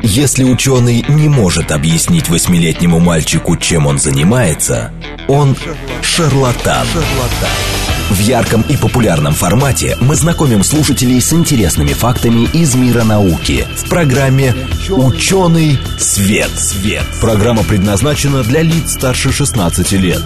Если ученый не может объяснить 8-летнему мальчику, чем он занимается, он шарлатан. В ярком и популярном формате мы знакомим слушателей с интересными фактами из мира науки в программе «Ученый свет». Программа предназначена для лиц старше 16 лет.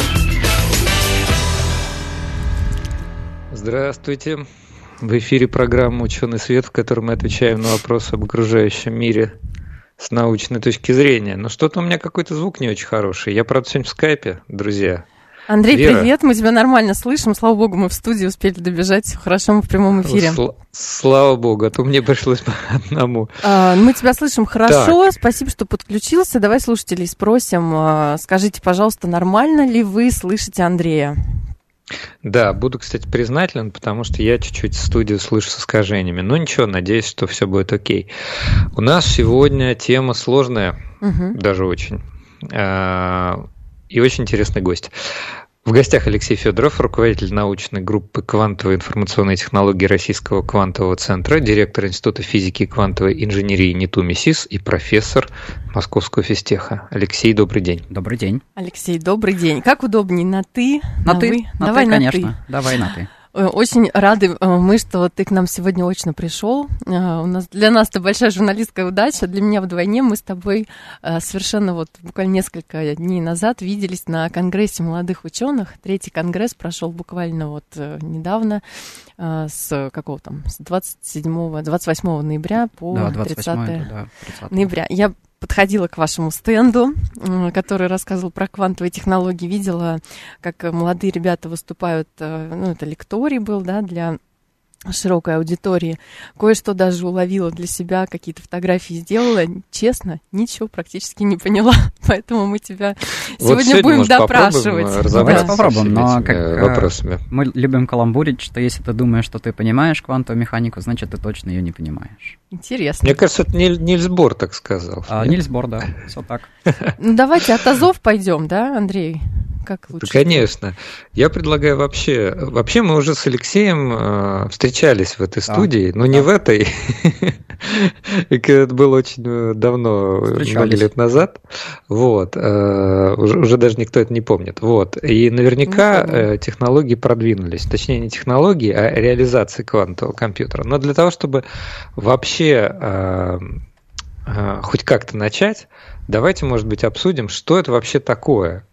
Здравствуйте. В эфире программа «Ученый свет», в которой мы отвечаем на вопросы об окружающем мире с научной точки зрения. Но что-то у меня какой-то звук не очень хороший. Я, правда, сегодня в скайпе, друзья. Андрей, Вера. привет, мы тебя нормально слышим. Слава богу, мы в студии успели добежать. Все хорошо, мы в прямом эфире. Слава богу, а то мне пришлось по одному. Мы тебя слышим хорошо, Так. Спасибо, что подключился. Давай слушателей спросим. Скажите, пожалуйста, нормально ли вы слышите Андрея? Да, буду, кстати, признателен, потому что я чуть-чуть студию слышу с искажениями. Но ничего, надеюсь, что все будет окей. У нас сегодня тема сложная, даже очень. И очень интересный гость. В гостях Алексей Федоров, руководитель научной группы «Квантовые информационные технологии Российского квантового центра», директор Института физики и квантовой инженерии НИТУ МИСИС и профессор Московского физтеха. Алексей, добрый день. Добрый день. Алексей, добрый день. Как удобнее, на «ты», на «ты»? «вы»? На Давай «ты», на конечно. «ты». Давай на «ты». Очень рады мы, что ты к нам сегодня очно пришел. Для нас это большая журналистская удача, для меня вдвойне. Мы с тобой совершенно буквально несколько дней назад виделись на Конгрессе молодых ученых. 3-й конгресс прошел буквально недавно, с 28 ноября по 30 ноября. Я подходила к вашему стенду, который рассказывал про квантовые технологии, видела, как молодые ребята выступают, это лекторий был, да, для широкой аудитории. Кое-что даже уловила для себя, какие-то фотографии сделала. Честно, ничего практически не поняла, поэтому мы тебя сегодня будем допрашивать. Давайте попробуем, но вопросами. Мы любим каламбурить, что если ты думаешь, что ты понимаешь квантовую механику, значит, ты точно ее не понимаешь. Интересно. Мне кажется, это Нильс Бор так сказал. Нильс Бор, да, все так. Давайте от азов пойдем, да, Андрей? Как лучше? Да, конечно. Я предлагаю вообще мы уже с Алексеем встречались в этой студии, но не в этой. Это было очень давно, много лет назад. Уже даже никто это не помнит. И наверняка технологии продвинулись. Точнее, не технологии, а реализация квантового компьютера. Но для того, чтобы вообще хоть как-то начать, давайте, может быть, обсудим, что это вообще такое.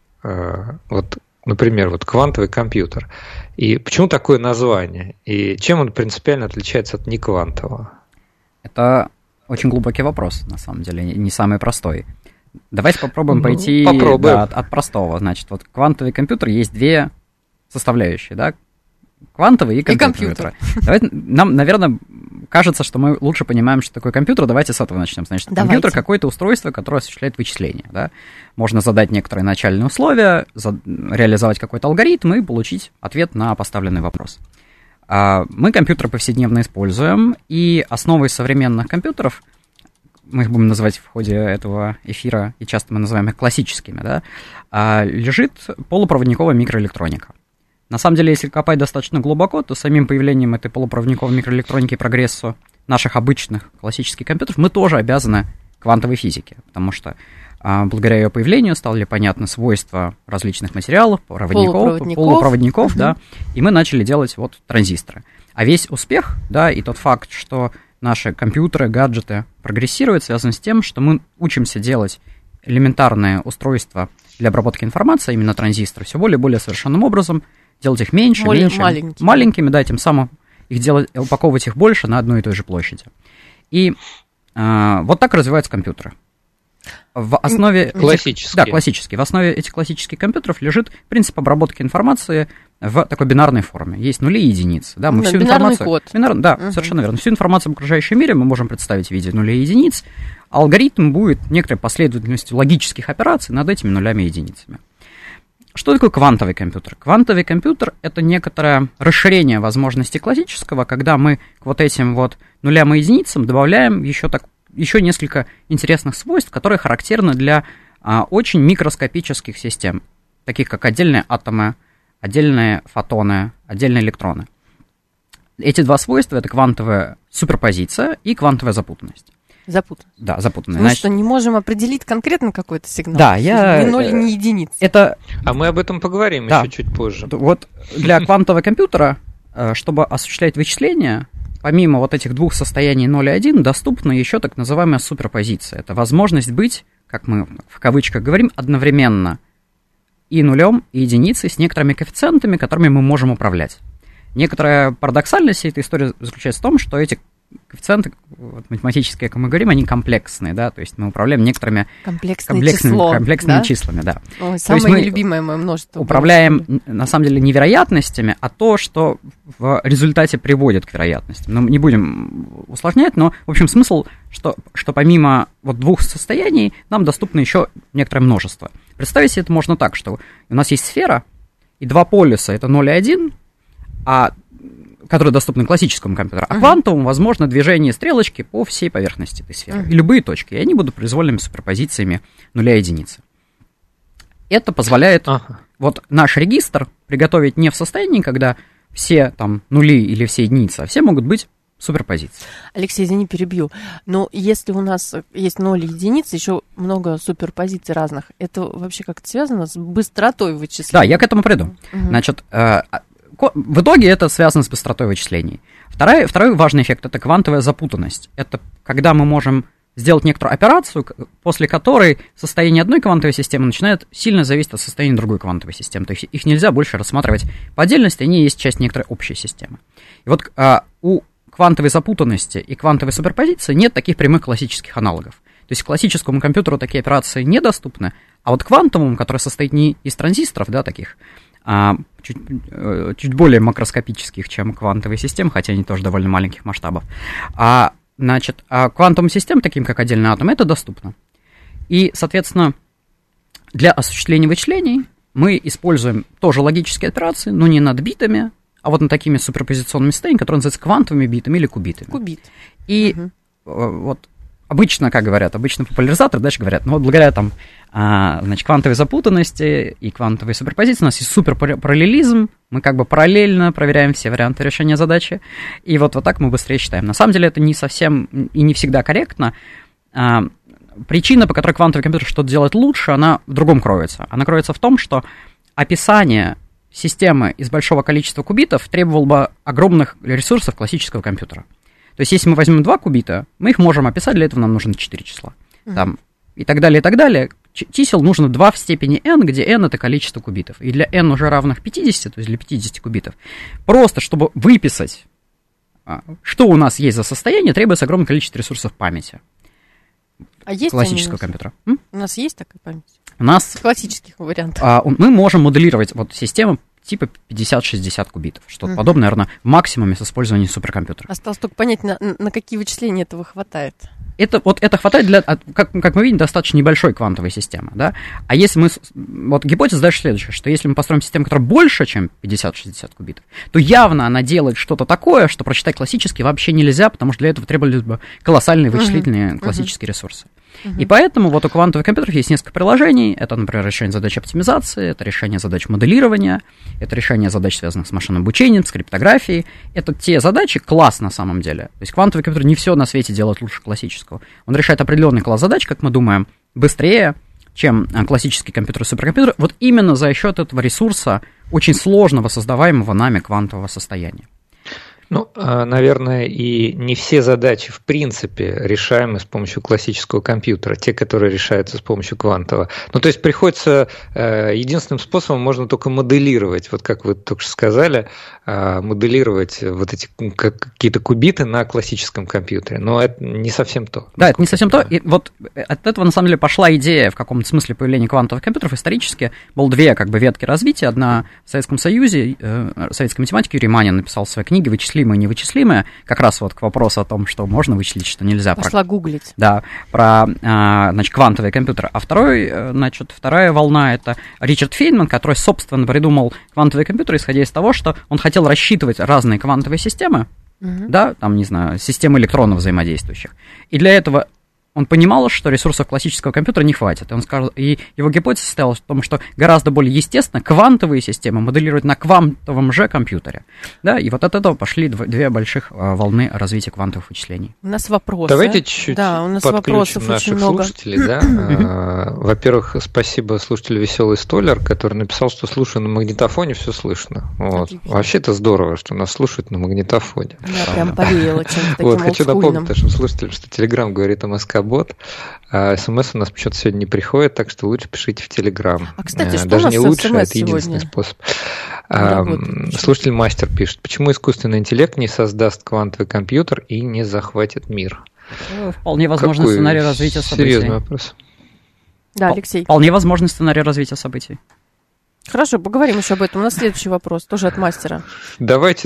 Например, квантовый компьютер. И почему такое название? И чем он принципиально отличается от неквантового? Это очень глубокий вопрос, на самом деле, не самый простой. Давайте попробуем пойти от простого. Значит, квантовый компьютер есть две составляющие, да? Квантовый и компьютер. Нам, наверное, кажется, что мы лучше понимаем, что такое компьютер. Давайте с этого начнем. Значит, компьютер — какое-то устройство, которое осуществляет вычисления. Да? Можно задать некоторые начальные условия, реализовать какой-то алгоритм и получить ответ на поставленный вопрос. Мы компьютеры повседневно используем, и основой современных компьютеров, мы их будем называть в ходе этого эфира, и часто мы называем их классическими, да, лежит полупроводниковая микроэлектроника. На самом деле, если копать достаточно глубоко, то самим появлением этой полупроводниковой микроэлектроники и прогрессу наших обычных классических компьютеров мы тоже обязаны квантовой физике, потому что благодаря ее появлению стали понятны свойства различных материалов, полупроводников, да, и мы начали делать транзисторы. А весь успех, да, и тот факт, что наши компьютеры, гаджеты прогрессируют, связан с тем, что мы учимся делать элементарные устройства для обработки информации, именно транзисторы, все более и более совершенным образом, делать их меньше, маленькими, да, тем самым упаковывать их больше на одной и той же площади. И так развиваются компьютеры. В основе классические. В основе этих классических компьютеров лежит принцип обработки информации в такой бинарной форме. Есть нули и единицы. Да, мы всю бинарный код. Совершенно верно. Всю информацию об окружающем мире мы можем представить в виде нулей и единиц. Алгоритм будет некоторой последовательностью логических операций над этими нулями и единицами. Что такое квантовый компьютер? Квантовый компьютер — это некоторое расширение возможностей классического, когда мы к этим нулям и единицам добавляем еще несколько интересных свойств, которые характерны для очень микроскопических систем, таких как отдельные атомы, отдельные фотоны, отдельные электроны. Эти два свойства — это квантовая суперпозиция и квантовая запутанность. Запутанность. Да, запутанность. Мы что, не можем определить конкретно какой-то сигнал? Да, ни ноль, ни единиц. А мы об этом поговорим еще чуть позже. Вот для квантового компьютера, чтобы осуществлять вычисления, помимо вот этих двух состояний 0 и 1, доступна еще так называемая суперпозиция. Это возможность быть, как мы в кавычках говорим, одновременно и нулем, и единицей с некоторыми коэффициентами, которыми мы можем управлять. Некоторая парадоксальность всей этой истории заключается в том, что эти коэффициенты, математические, как мы говорим, они комплексные, да, то есть мы управляем некоторыми комплексными числами, да. Ой, самое нелюбимое мое множество. Управляем, на самом деле, не вероятностями, а то, что в результате приводит к вероятностям. Мы не будем усложнять, но, в общем, смысл, что помимо вот двух состояний нам доступно еще некоторое множество. Представить себе это можно так, что у нас есть сфера, и два полюса, это 0 и 1, которые доступны классическому компьютеру, а квантовому возможно движение стрелочки по всей поверхности этой сферы. И любые точки, и они будут произвольными суперпозициями нуля и единицы. Это позволяет вот наш регистр приготовить не в состоянии, когда все там нули или все единицы, а все могут быть суперпозиции. Алексей, извини, перебью. Но если у нас есть 0 единиц, еще много суперпозиций разных, это вообще как-то связано с быстротой вычисления? Да, я к этому приду. Значит, в итоге это связано с быстротой вычислений. Второй важный эффект – это квантовая запутанность. Это когда мы можем сделать некоторую операцию, после которой состояние одной квантовой системы начинает сильно зависеть от состояния другой квантовой системы. То есть их нельзя больше рассматривать по отдельности, они есть часть некоторой общей системы. И вот у квантовой запутанности и квантовой суперпозиции нет таких прямых классических аналогов. То есть классическому компьютеру такие операции недоступны, а вот квантовому, который состоит не из транзисторов, да, таких, чуть более макроскопических, чем квантовые системы, хотя они тоже довольно маленьких масштабов. Значит, квантовым системам, таким как отдельный атом, это доступно. И, соответственно, для осуществления вычислений мы используем тоже логические операции, но не над битами, а вот над такими суперпозиционными состояниями, которые называются квантовыми битами или кубитами. Кубит. И вот обычно, как говорят, популяризаторы дальше говорят, ну вот благодаря там, значит, квантовой запутанности и квантовой суперпозиции у нас есть суперпараллелизм, мы как бы параллельно проверяем все варианты решения задачи, и вот так мы быстрее считаем. На самом деле это не совсем и не всегда корректно. Причина, по которой квантовый компьютер что-то делает лучше, она в другом кроется. Она кроется в том, что описание системы из большого количества кубитов требовало бы огромных ресурсов классического компьютера. То есть, если мы возьмем 2 кубита, мы их можем описать, для этого нам нужно 4 числа. Там, и так далее, и так далее. Чисел нужно 2 в степени n, где n — это количество кубитов. И для n уже равных 50, то есть для 50 кубитов, просто чтобы выписать, что у нас есть за состояние, требуется огромное количество ресурсов памяти. А есть классического компьютера. У нас есть такая память? У нас... Классических вариантов. Мы можем моделировать вот систему типа 50-60 кубитов. Что-то подобное, наверное, в максимуме с использованием суперкомпьютера. Осталось только понять, на какие вычисления этого хватает. Это хватает для, как мы видим, достаточно небольшой квантовой системы, да? А если мы... Вот гипотеза дальше следующая, что если мы построим систему, которая больше, чем 50-60 кубитов, то явно она делает что-то такое, что прочитать классически вообще нельзя, потому что для этого требовались бы колоссальные вычислительные классические ресурсы. И поэтому вот у квантовых компьютеров есть несколько приложений. Это, например, решение задач оптимизации, это решение задач моделирования, это решение задач, связанных с машинным обучением, с криптографией. Это те задачи, класс на самом деле. То есть квантовый компьютер не все на свете делает лучше классического. Он решает определенный класс задач, как мы думаем, быстрее, чем классический компьютер и суперкомпьютер, вот именно за счет этого ресурса, очень сложного создаваемого нами квантового состояния. Ну, наверное, и не все задачи в принципе решаемы с помощью классического компьютера, те, которые решаются с помощью квантового. Ну, то есть приходится, единственным способом можно только моделировать, вот как вы только что сказали, моделировать вот эти какие-то кубиты на классическом компьютере, но это не совсем то. Да, это не совсем то, и вот от этого на самом деле пошла идея в каком-то смысле появления квантовых компьютеров. Исторически было 2 как бы ветки развития, одна в Советском Союзе, советский математик Юрий Манин написал в своей книге «Вычислимые и невычислимые», как раз вот к вопросу о том, что можно вычислить, что нельзя. Пошла гуглить. Да, про, значит, квантовые компьютеры. А вторая волна — это Ричард Фейнман, который, собственно, придумал квантовые компьютеры, исходя из того, что он хотел рассчитывать разные квантовые системы, да, там, не знаю, системы электронов взаимодействующих. И для этого он понимал, что ресурсов классического компьютера не хватит. И его гипотеза состояла в том, что гораздо более естественно квантовые системы моделировать на квантовом же компьютере. Да, и вот от этого пошли две больших волны развития квантовых вычислений. У нас вопросы. Давайте чуть-чуть подключим наших слушателей. Да? Во-первых, спасибо слушателю «Веселый Столер», который написал, что слушая на магнитофоне, все слышно. Вот. Вообще-то здорово, что нас слушают на магнитофоне. Да, прям повеяло чем-то таким олдскульным. Хочу напомнить нашим слушателям, что Telegram говорит о МСК-бот, а СМС у нас почему-то сегодня не приходит, так что лучше пишите в Telegram. А, кстати, что даже у нас не лучше, СМС это единственный сегодня? способ. Слушатель Мастер пишет, почему искусственный интеллект не создаст квантовый компьютер и не захватит мир? Вполне возможный сценарий развития событий. Серьезный вопрос. Да, Алексей. Вполне возможный сценарий развития событий. Хорошо, поговорим еще об этом. У нас следующий вопрос, тоже от мастера. Давайте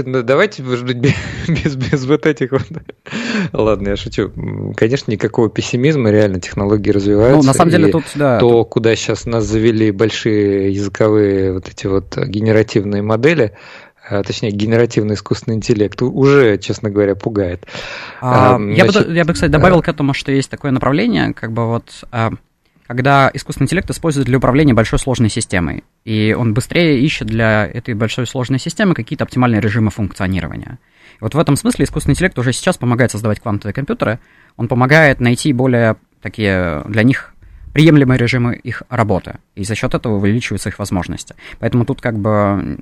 без вот этих вот... Ладно, я шучу. Конечно, никакого пессимизма, реально технологии развиваются. Ну, на самом деле, тут, да. То, куда сейчас нас завели большие языковые вот эти вот генеративные модели, точнее, генеративный искусственный интеллект, уже, честно говоря, пугает. Я бы, кстати, добавил к этому, что есть такое направление, как бы вот... когда искусственный интеллект используют для управления большой сложной системой, и он быстрее ищет для этой большой сложной системы какие-то оптимальные режимы функционирования. И вот в этом смысле искусственный интеллект уже сейчас помогает создавать квантовые компьютеры, он помогает найти более такие для них приемлемые режимы их работы, и за счет этого увеличиваются их возможности. Поэтому тут как бы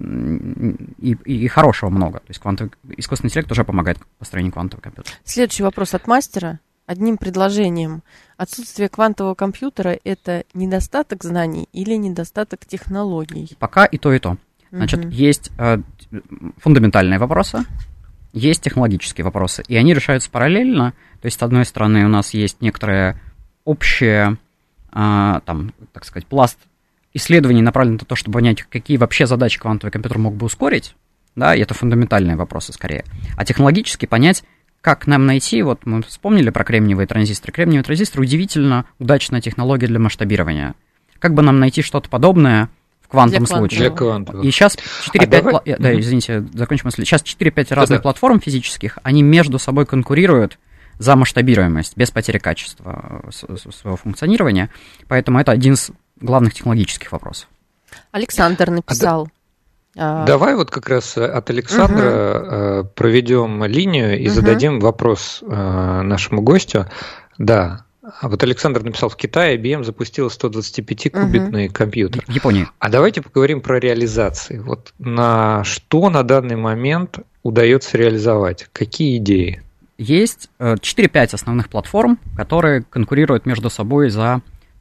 и хорошего много. То есть искусственный интеллект уже помогает построению квантового компьютера. Следующий вопрос от мастера. Одним предложением. Отсутствие квантового компьютера – это недостаток знаний или недостаток технологий? Пока и то, и то. Значит, есть фундаментальные вопросы, есть технологические вопросы, и они решаются параллельно. То есть, с одной стороны, у нас есть некоторые общие, там, так сказать, пласт исследований, направленный на то, чтобы понять, какие вообще задачи квантовый компьютер мог бы ускорить, да, и это фундаментальные вопросы скорее. А технологически понять, как нам найти, вот мы вспомнили про кремниевые транзисторы. Кремниевые транзисторы удивительно удачная технология для масштабирования. Как бы нам найти что-то подобное в квантовом случае? Для квантового. И сейчас 4-5... Да, извините, закончу мысль. Сейчас 4-5 разных платформ физических, они между собой конкурируют за масштабируемость, без потери качества своего функционирования. Поэтому это один из главных технологических вопросов. Александр написал... Давай вот как раз от Александра проведем линию и зададим вопрос нашему гостю. Да, вот Александр написал, в Китае IBM запустила 125-кубитный компьютер. В Японии. А давайте поговорим про реализации. Вот на что на данный момент удается реализовать? Какие идеи? Есть 4-5 основных платформ, которые конкурируют между собой за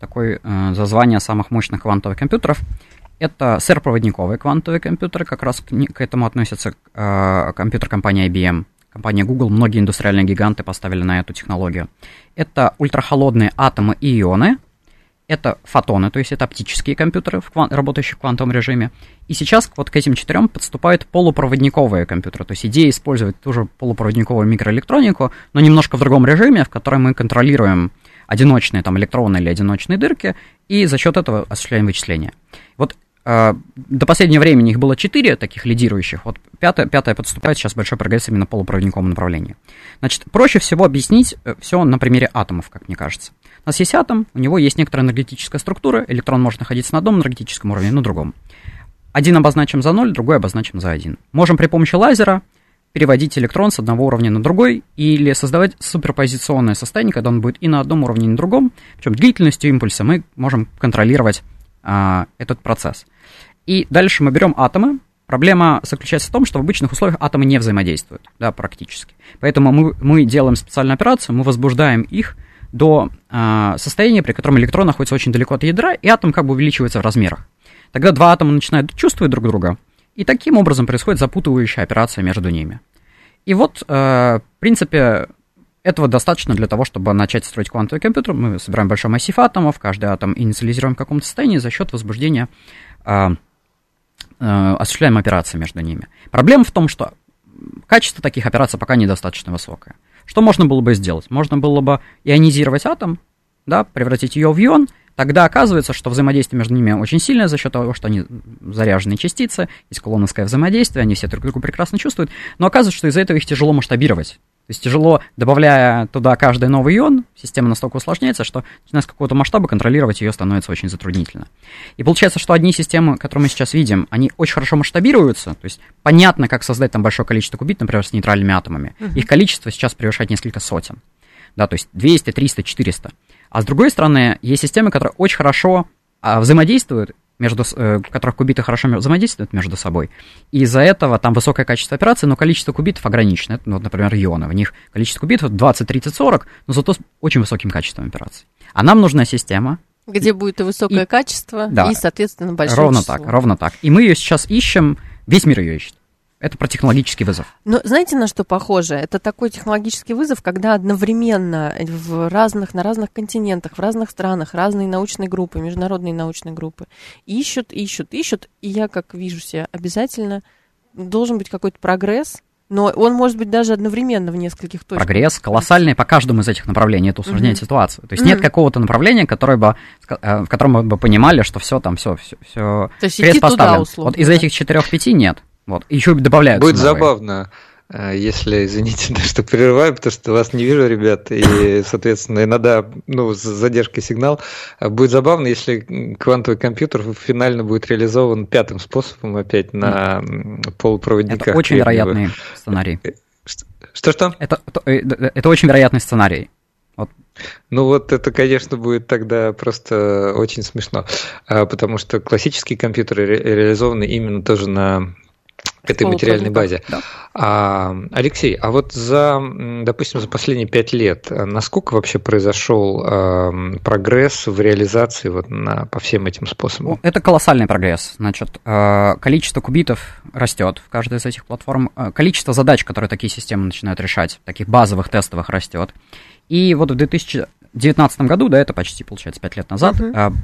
звание самых мощных квантовых компьютеров. Это сверхпроводниковые квантовые компьютеры, как раз к этому относится компьютер компании IBM. Компания Google, многие индустриальные гиганты поставили на эту технологию. Это ультрахолодные атомы и ионы. Это фотоны, то есть это оптические компьютеры, работающие в квантовом режиме. И сейчас вот к этим 4 подступают полупроводниковые компьютеры. То есть идея использовать ту же полупроводниковую микроэлектронику, но немножко в другом режиме, в котором мы контролируем одиночные там электроны или одиночные дырки, и за счет этого осуществляем вычисления. Вот до последнего времени их было 4 таких лидирующих, вот пятая подступает, сейчас большой прогресс именно в полупроводниковом направлении. Значит, проще всего объяснить все на примере атомов, как мне кажется. У нас есть атом, у него есть некоторая энергетическая структура, электрон может находиться на одном энергетическом уровне, на другом. Один обозначим за 0, другой обозначим за 1. Можем при помощи лазера переводить электрон с одного уровня на другой или создавать суперпозиционное состояние, когда он будет и на одном уровне, и на другом. Причем длительностью импульса мы можем контролировать этот процесс. И дальше мы берем атомы. Проблема заключается в том, что в обычных условиях атомы не взаимодействуют, да, практически. Поэтому мы делаем специальную операцию, мы возбуждаем их до состояния, при котором электрон находится очень далеко от ядра, и атом как бы увеличивается в размерах. Тогда два атома начинают чувствовать друг друга, и таким образом происходит запутывающая операция между ними. И вот, в принципе, этого достаточно для того, чтобы начать строить квантовый компьютер. Мы собираем большой массив атомов, каждый атом инициализируем в каком-то состоянии, за счет возбуждения осуществляем операции между ними. Проблема в том, что качество таких операций пока недостаточно высокое. Что можно было бы сделать? Можно было бы ионизировать атом, да, превратить ее в ион. Тогда оказывается, что взаимодействие между ними очень сильное за счет того, что они заряженные частицы, есть кулоновское взаимодействие, они все друг друга прекрасно чувствуют, но оказывается, что из-за этого их тяжело масштабировать. То есть тяжело, добавляя туда каждый новый ион, система настолько усложняется, что начиная с какого-то масштаба контролировать ее становится очень затруднительно. И получается, что одни системы, которые мы сейчас видим, они очень хорошо масштабируются, то есть понятно, как создать там большое количество кубит, например, с нейтральными атомами. Их количество сейчас превышает несколько сотен, да, то есть 200, 300, 400. А с другой стороны, есть системы, которые очень хорошо взаимодействуют, в которых кубиты хорошо взаимодействуют между собой. И из-за этого там высокое качество операций, но количество кубитов ограничено. Это, вот, например, ионы. В них количество кубитов 20, 30, 40, но зато с очень высоким качеством операций. А нам нужна система, где будет и высокое качество, да, и, соответственно, большое число. Ровно так. И мы ее сейчас ищем, весь мир ее ищет. Это про технологический вызов. Но знаете, на что похоже? Это такой технологический вызов, когда одновременно на разных континентах, в разных странах разные научные группы, международные научные группы ищут. И я, как вижу себе, обязательно должен быть какой-то прогресс, но он может быть даже одновременно в нескольких точках. Прогресс колоссальный по каждому из этих направлений. Это усложняет ситуацию. То есть нет какого-то направления, в котором мы бы понимали, что все крест поставлен. Вот из этих 4-5 нет. Вот. Еще добавляют. Будет забавно, если, извините, что прерываю, потому что вас не вижу, ребят, и, соответственно, иногда, с задержкой сигнал. Будет забавно, если квантовый компьютер финально будет реализован 5-м способом опять на полупроводниках. Это очень вероятный сценарий. Что? Это очень вероятный сценарий. Вот. Это, конечно, будет тогда просто очень смешно, потому что классические компьютеры реализованы именно тоже на этой материальной базе. Да. Алексей, а вот допустим, за последние 5 лет насколько вообще произошел прогресс в реализации по всем этим способам? Это колоссальный прогресс. Значит, количество кубитов растет в каждой из этих платформ, количество задач, которые такие системы начинают решать, таких базовых, тестовых, растет. И вот в 2019 году, да, это почти, получается, 5 лет назад,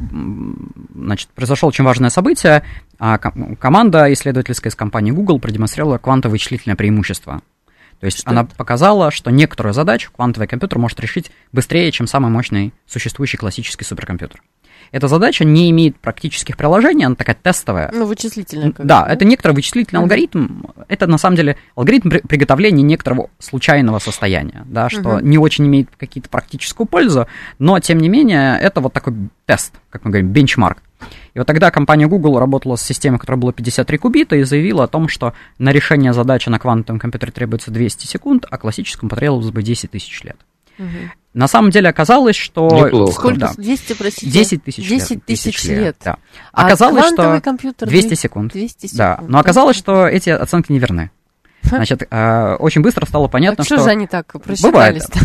значит, произошло очень важное событие. Команда исследовательская из компании Google продемонстрировала квантовое вычислительное преимущество. То есть она показала, что некоторую задачу квантовый компьютер может решить быстрее, чем самый мощный существующий классический суперкомпьютер. Эта задача не имеет практических приложений, она такая тестовая. Вычислительная. Да, это некоторый вычислительный алгоритм. Это, на самом деле, алгоритм приготовления некоторого случайного состояния, да, что не очень имеет какие-то практическую пользу, но, тем не менее, это вот такой тест, как мы говорим, бенчмарк. И вот тогда компания Google работала с системой, которая была 53 кубита, и заявила о том, что на решение задачи на квантовом компьютере требуется 200 секунд, а классическому потребовалось бы 10 тысяч лет. На самом деле оказалось, что... Неплохо. Сколько? Да. 200, простите? 10 тысяч лет. 10 тысяч лет. Да. А оказалось, квантовый что компьютер 200 секунд. 200 секунд. Да. Но оказалось, что эти оценки неверны. Значит, очень быстро стало понятно, что... Что же они так просчитались-то?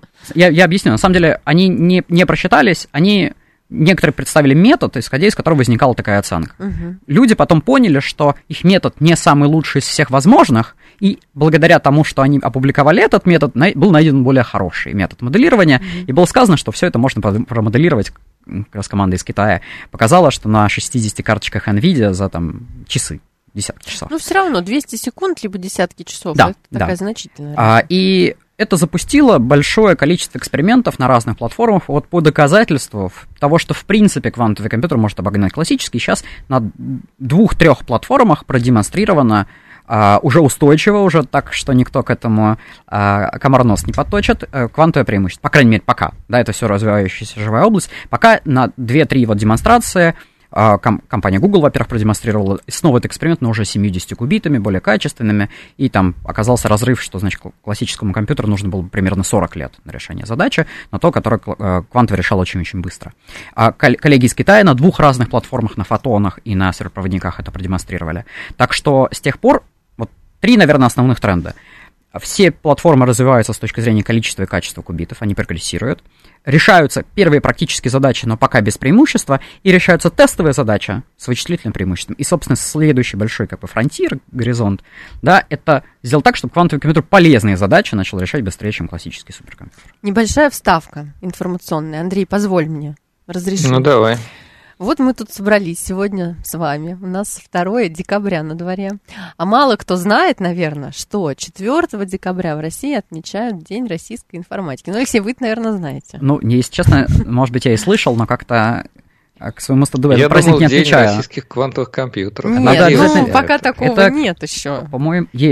Я объясню. На самом деле, они не просчитались, некоторые представили метод, исходя из которого возникала такая оценка. Люди потом поняли, что их метод не самый лучший из всех возможных, и благодаря тому, что они опубликовали этот метод, был найден более хороший метод моделирования, и было сказано, что все это можно промоделировать. Как раз команда из Китая показала, что на 60 карточках NVIDIA за часы, десятки часов. Но все равно 200 секунд, либо десятки часов, да, это такая значительная. И это запустило большое количество экспериментов на разных платформах по доказательству того, что в принципе квантовый компьютер может обогнать классический. Сейчас на 2-3 платформах продемонстрировано уже устойчиво, уже так, что никто к этому комар нос не подточит, квантовое преимущество. По крайней мере, пока. Да, это все развивающаяся живая область. Пока на 2-3 демонстрации компания Google, во-первых, продемонстрировала снова этот эксперимент, но уже 70 кубитами, более качественными, и там оказался разрыв, что, значит, классическому компьютеру нужно было примерно 40 лет на решение задачи, на то, которое квантовый решал очень-очень быстро. Коллеги из Китая на 2 разных платформах, на фотонах и на суперпроводниках это продемонстрировали. Так что с тех пор 3, наверное, основных тренда. Все платформы развиваются с точки зрения количества и качества кубитов, они прогрессируют. Решаются первые практические задачи, но пока без преимущества, и решаются тестовые задачи с вычислительным преимуществом. И, собственно, следующий большой фронтир, горизонт, да, это сделать так, чтобы квантовый компьютер полезные задачи начал решать быстрее, чем классический суперкомпьютер. Небольшая вставка информационная. Андрей, позволь мне, разреши. Давай. Вот мы тут собрались сегодня с вами. У нас 2 декабря на дворе. А мало кто знает, наверное, что 4 декабря в России отмечают День российской информатики. Алексей, вы, наверное, знаете. Если честно, может быть, я и слышал, но как-то к своему стыду этот праздник не отмечаю. День российских квантовых компьютеров. Нет, пока такого нет еще. По-моему, есть.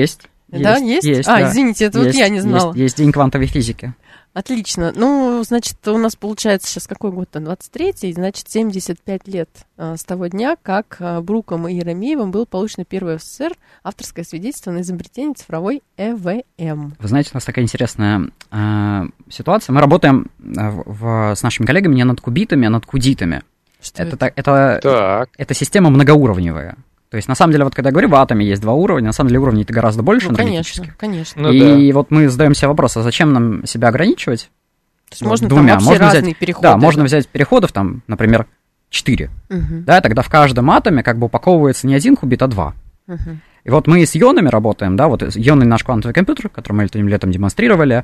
Да, есть? Извините, это вот я не знала. Есть день квантовой физики. Отлично. Ну, значит, у нас получается сейчас какой год-то? 23-й, значит, 75 лет с того дня, как Бруком и Еремеевым было получено первое в СССР авторское свидетельство на изобретение цифровой ЭВМ. Вы знаете, у нас такая интересная ситуация. Мы работаем с нашими коллегами не над кубитами, а над кудитами. Что это система многоуровневая. То есть, на самом деле, вот когда я говорю, в атоме есть 2 уровня, на самом деле уровней-то гораздо больше аналитических. Конечно. И вот мы задаем себе вопрос, а зачем нам себя ограничивать? То есть можно двумя? Можно разные взять, переходы. Да, можно взять переходов, там, например, 4. Да, тогда в каждом атоме как бы упаковывается не 1 кубит, а 2. И вот мы с ионами работаем, да, вот ионный наш квантовый компьютер, который мы этим летом демонстрировали,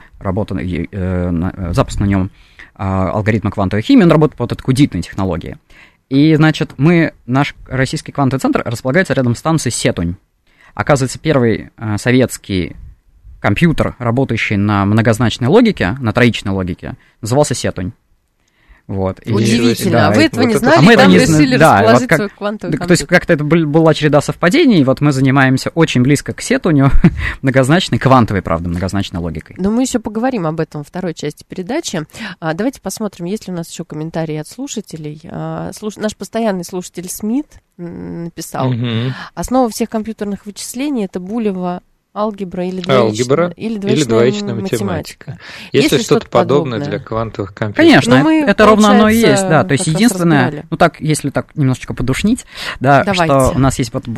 запуск на нем алгоритма квантовой химии, он работает по вот этой кудитной технологии. И, значит, наш российский квантовый центр располагается рядом с станцией Сетунь. Оказывается, первый советский компьютер, работающий на многозначной логике, на троичной логике, назывался Сетунь. Вот. Удивительно, вы этого не знали, и там решили расположить свой квантовый компьютер. То есть как-то это была череда совпадений, и вот мы занимаемся очень близко к Сетуню, многозначной, квантовой, правда, многозначной логикой. Но мы еще поговорим об этом во второй части передачи. Давайте посмотрим, есть ли у нас еще комментарии от слушателей. Наш постоянный слушатель Смит написал: основа всех компьютерных вычислений — это булева алгебра или двоичная математика. Если что-то подобное для квантовых компьютеров. Конечно, это ровно оно и есть, да. То есть единственное, ну так, если так немножечко подушнить, да, что у нас есть вот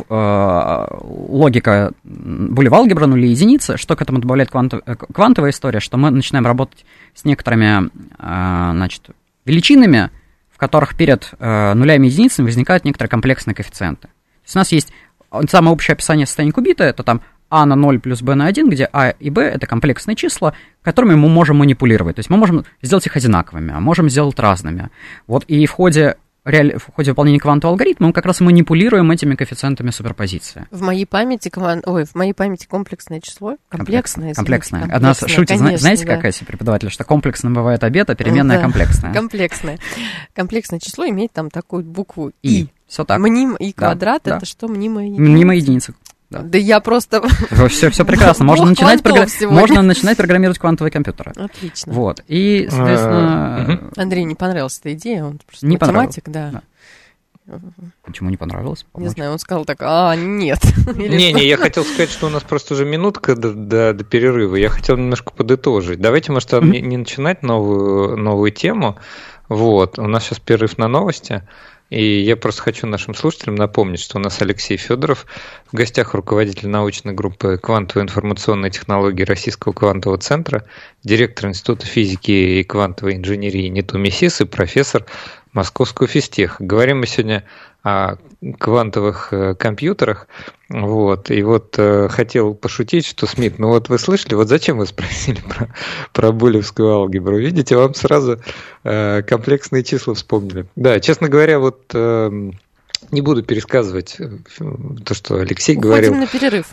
логика булева алгебра, нули и единицы, что к этому добавляет квантовая история, что мы начинаем работать с некоторыми, значит, величинами, в которых перед нулями и единицами возникают некоторые комплексные коэффициенты. То есть у нас есть самое общее описание состояния кубита, это там а на 0 плюс b на 1, где а и b — это комплексные числа, которыми мы можем манипулировать. То есть мы можем сделать их одинаковыми, а можем сделать разными. Вот, и в ходе выполнения квантового алгоритма мы как раз манипулируем этими коэффициентами суперпозиции. В моей памяти комплексное число. Комплексное. Одна шутит, знаете, да. Какая себе преподаватель, что комплексным бывает обед, а переменная комплексная. Комплексное число имеет там такую букву И. Все так. И квадрат — это что? Мнимая единица. Мнимая единица. Да я просто... Все прекрасно. Можно начинать программировать квантовые компьютеры. Отлично. Вот. И, соответственно... Андрею не понравилась эта идея, он просто математик, да. Почему не понравилось? Не знаю, он сказал так: нет. Не, я хотел сказать, что у нас просто уже минутка до перерыва. Я хотел немножко подытожить. Давайте, может, не начинать новую тему. Вот. У нас сейчас перерыв на новости. И я просто хочу нашим слушателям напомнить, что у нас Алексей Федоров, в гостях руководитель научной группы квантовой информационной технологии Российского квантового центра, директор Института физики и квантовой инженерии НИТУ МИСИС и профессор Московского физтеха. Говорим мы сегодня о квантовых компьютерах. Вот. И вот хотел пошутить, что, Смит, ну вот вы слышали, вот зачем вы спросили про булевскую алгебру? Видите, вам сразу комплексные числа вспомнили. Да, честно говоря, вот не буду пересказывать то, что Алексей говорил. Уходим на перерыв.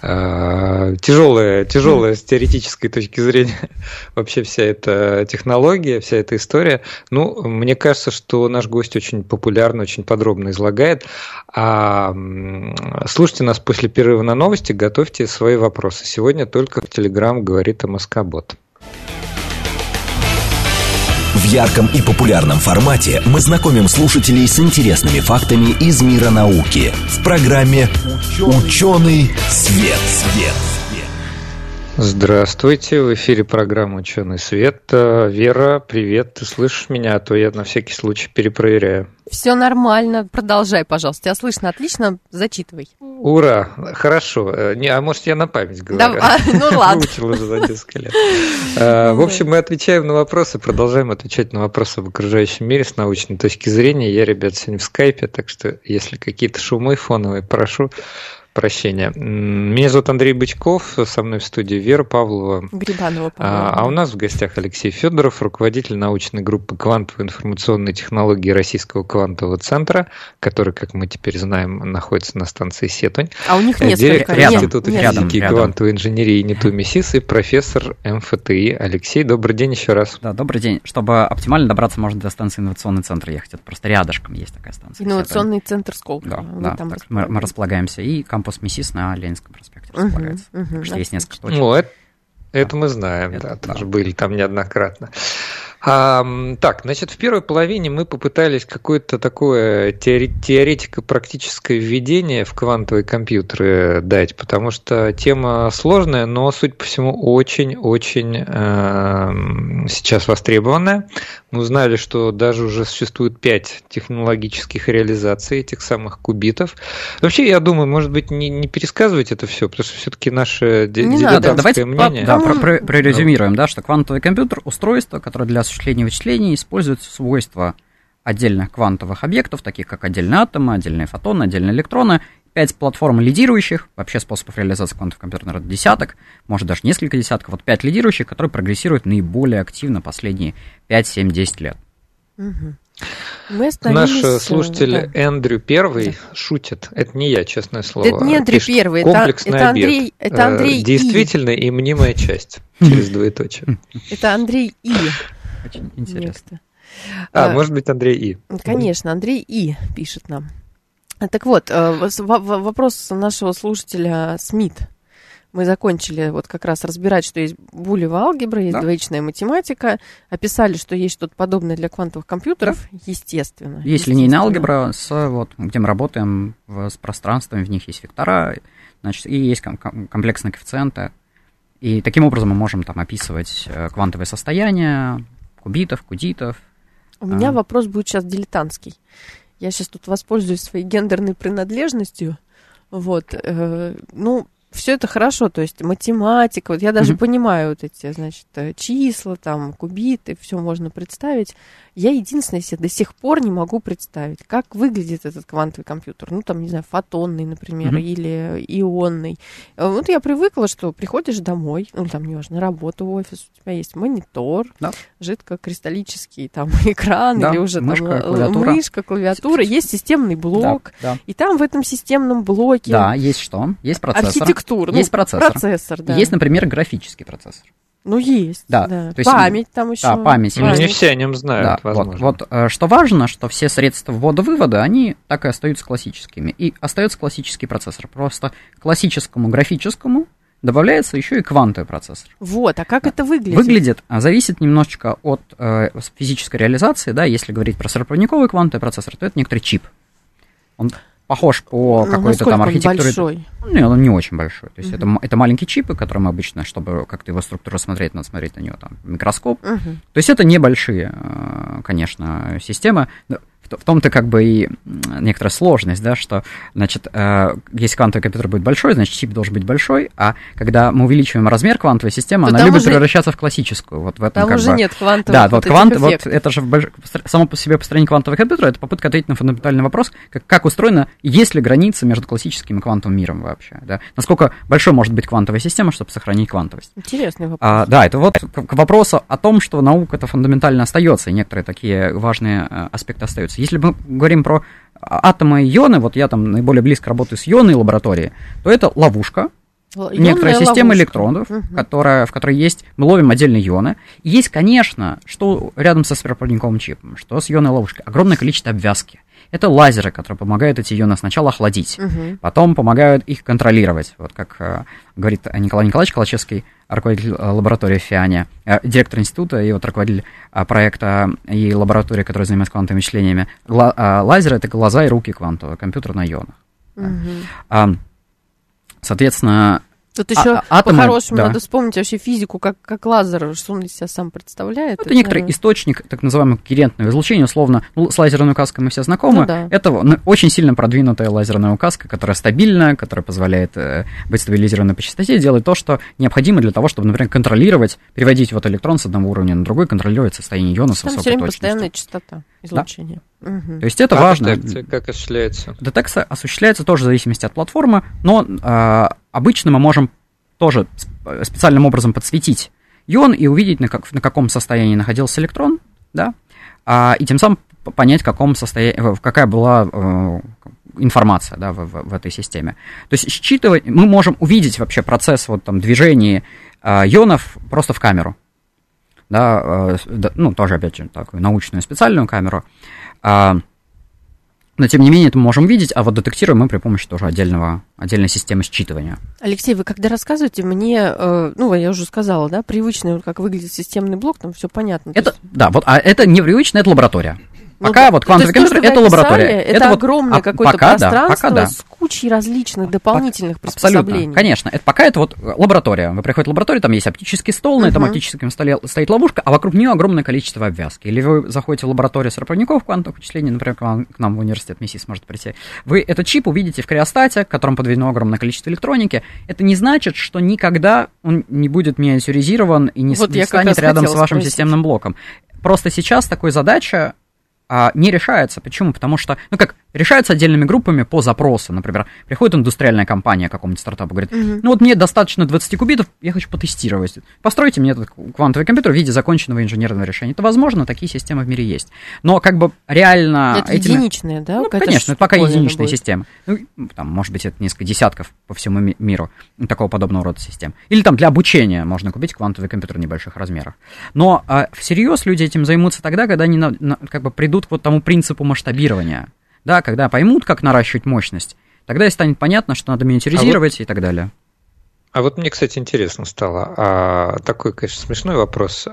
Тяжелая с теоретической точки зрения вообще вся эта технология, вся эта история. Ну, мне кажется, что наш гость очень популярно, очень подробно излагает. Слушайте нас после перерыва на новости, готовьте свои вопросы. Сегодня только в Telegram говорит МСК-бот. В ярком и популярном формате мы знакомим слушателей с интересными фактами из мира науки в программе «Ученый свет». Здравствуйте, в эфире программа «Ученый свет». Вера, привет, ты слышишь меня, а то я на всякий случай перепроверяю. Все нормально, продолжай, пожалуйста. Тебя слышно отлично, зачитывай. Ура, хорошо. А может, я на память говорю? Ну ладно. Выучил уже за несколько лет. В общем, мы отвечаем на вопросы, продолжаем отвечать на вопросы в окружающем мире с научной точки зрения. Я, ребят, сегодня в скайпе, так что если какие-то шумы фоновые, прошу прощения. Меня зовут Андрей Бычков, со мной в студии Вера Павлова. Грибанова, а у нас в гостях Алексей Федоров, руководитель научной группы квантовой информационной технологии Российского квантового центра, который, как мы теперь знаем, находится на станции Сетунь. А у них директор Института физики и квантовой инженерии НИТУ МИСИС и профессор МФТИ. Алексей, добрый день еще раз. Да, добрый день. Чтобы оптимально добраться, можно до станции инновационный центр ехать. Это просто рядышком есть такая станция. Инновационный центр Сколково. Да, мы располагаемся. И компания кампус МИСИС на Ленинском проспекте располагается. Так что есть несколько точек. Ну, это мы знаем, тоже были там неоднократно. Так, значит, в первой половине мы попытались какое-то такое теоретико-практическое введение в квантовые компьютеры дать, потому что тема сложная, но, судя по всему, очень-очень сейчас востребованная. Мы узнали, что даже уже существует 5 технологических реализаций этих самых кубитов. Вообще, я думаю, может быть, не пересказывать это все, потому что все-таки наше дилетантское мнение. Давайте прорезюмируем, да, что квантовый компьютер – устройство, которое для осуществления вычислений использует свойства отдельных квантовых объектов, таких как отдельные атомы, отдельные фотоны, отдельные электроны, 5 платформ лидирующих, вообще способов реализации квантовых компьютеров, наверное, десяток, может даже несколько десятков, вот 5 лидирующих, которые прогрессируют наиболее активно последние 5, 7, 10 лет. Наш слушатель Эндрю Первый шутит. Это не я, честное слово. Это не Эндрю Первый, это Андрей действительно и мнимая часть. Через двоеточие. Это Андрей И. Очень интересно. Может быть, Андрей И. Конечно, Андрей И пишет нам. Так вот, вопрос нашего слушателя Смит. Мы закончили вот как раз разбирать, что есть булевая алгебра, есть двоичная математика. Описали, что есть что-то подобное для квантовых компьютеров, естественно. Есть линейная алгебра, где мы работаем с пространствами, в них есть вектора, значит, и есть комплексные коэффициенты. И таким образом мы можем там описывать квантовые состояния, кубитов, кудитов. У меня вопрос будет сейчас дилетантский. Я сейчас тут воспользуюсь своей гендерной принадлежностью. Вот, все это хорошо, то есть математика, вот я даже понимаю вот эти, значит, числа, там, кубиты, все можно представить. Я единственное себе до сих пор не могу представить, как выглядит этот квантовый компьютер. Ну, там, не знаю, фотонный, например, или ионный. Вот я привыкла, что приходишь домой, ну, там, неважно, на работу, в офис, у тебя есть монитор, жидкокристаллический там экран, или уже мышка, клавиатура, есть системный блок, и там в этом системном блоке... Да, есть что? Есть процессор. Архитектура. Есть процессор, да. Есть, например, графический процессор. Ну, есть. Да. То есть, память там еще. Да, память. Не все о нем знают, возможно. Вот что важно, что все средства ввода-вывода, они так и остаются классическими. И остается классический процессор. Просто к классическому графическому добавляется еще и квантовый процессор. Вот, а как это выглядит? Выглядит, зависит немножечко от физической реализации, да, если говорить про сорокопроводниковый квантовый процессор, то это некоторый чип. Он похож по какой-то там архитектуре. Большой? Нет, он не очень большой. То есть это маленькие чипы, которые мы обычно, чтобы как-то его структуру рассмотреть, надо смотреть на него там микроскоп. То есть это небольшие, конечно, системы. В том-то как бы и некоторая сложность, да, что, значит, если квантовый компьютер будет большой, значит, чип должен быть большой, а когда мы увеличиваем размер квантовой системы, она любит превращаться в классическую. Вот в этом там как уже бы... нет квантовых да, вот это же само по себе построение квантового компьютера, это попытка ответить на фундаментальный вопрос, как устроена, есть ли граница между классическим и квантовым миром вообще, да? Насколько большой может быть квантовая система, чтобы сохранить квантовость. Интересный вопрос. Да, это вот к вопросу о том, что наука это фундаментально остается, и некоторые такие важные аспекты остаются. Если мы говорим про атомы и ионы, вот я там наиболее близко работаю с ионной лабораторией, то это ловушка, некоторая система электронов, в которой есть, мы ловим отдельные ионы. И есть, конечно, что рядом со сверхпроводниковым чипом, что с ионной ловушкой, огромное количество обвязки. Это лазеры, которые помогают эти ионы сначала охладить, потом помогают их контролировать. Вот как говорит Николай Николаевич Калачевский, руководитель лаборатории в ФИАНе, директор института и вот руководитель проекта и лаборатории, которая занимается квантовыми вычислениями. Лазеры — это глаза и руки квантового компьютера на ионах. Соответственно, тут еще по-хорошему надо вспомнить вообще физику, как лазер, что он из себя сам представляет. Это некоторый источник так называемого когерентного излучения, условно, с лазерной указкой мы все знакомы. Это очень сильно продвинутая лазерная указка, которая стабильна, которая позволяет быть стабилизированной по частоте, делает то, что необходимо для того, чтобы, например, контролировать, переводить вот электрон с одного уровня на другой, контролировать состояние иона с высокой точностью. Там постоянная частота излучения. То есть это важно. Детекция как осуществляется? Детекция осуществляется тоже в зависимости от платформы, но обычно мы можем тоже специальным образом подсветить ион и увидеть, на каком состоянии находился электрон, да, и тем самым понять, какая была информация, да, в этой системе. То есть считывать, мы можем увидеть вообще процесс вот, там, движения ионов просто в камеру. Да, тоже, опять же, такую научную специальную камеру. Но, тем не менее, это мы можем видеть, а вот детектируем мы при помощи тоже отдельной системы считывания. Алексей, вы когда рассказываете, мне, я уже сказала, да, привычный, как выглядит системный блок, там все понятно. Это непривычно, это лаборатория. Пока вот квантовый компьютер — это лаборатория. Это огромное какое-то пространство с кучей различных дополнительных приспособлений. Абсолютно, конечно. Пока это вот лаборатория. Вы приходите в лабораторию, там есть оптический стол, на этом оптическом столе стоит ловушка, а вокруг нее огромное количество обвязки. Или вы заходите в лабораторию сороков квантовых вычислений, например, к нам в университет МИСИС может прийти. Вы этот чип увидите в криостате, к которому подведено огромное количество электроники. Это не значит, что никогда он не будет миниатюризирован и не станет рядом с вашим системным блоком. Просто сейчас такой задача не решается. Почему? Потому что, решается отдельными группами по запросу. Например, приходит индустриальная компания какому-нибудь стартапу, говорит, мне достаточно 20 кубитов, я хочу потестировать. Постройте мне этот квантовый компьютер в виде законченного инженерного решения. Это возможно, такие системы в мире есть. Но реально... Это единичные, да? Конечно, это пока единичные системы. Там, может быть, это несколько десятков по всему миру такого подобного рода систем. Или там для обучения можно купить квантовый компьютер небольших размеров. Но всерьез люди этим займутся тогда, когда они придут к тому принципу масштабирования. Да, когда поймут, как наращивать мощность, тогда и станет понятно, что надо миниатюризировать и так далее. А вот мне, кстати, интересно стало, такой, конечно, смешной вопрос,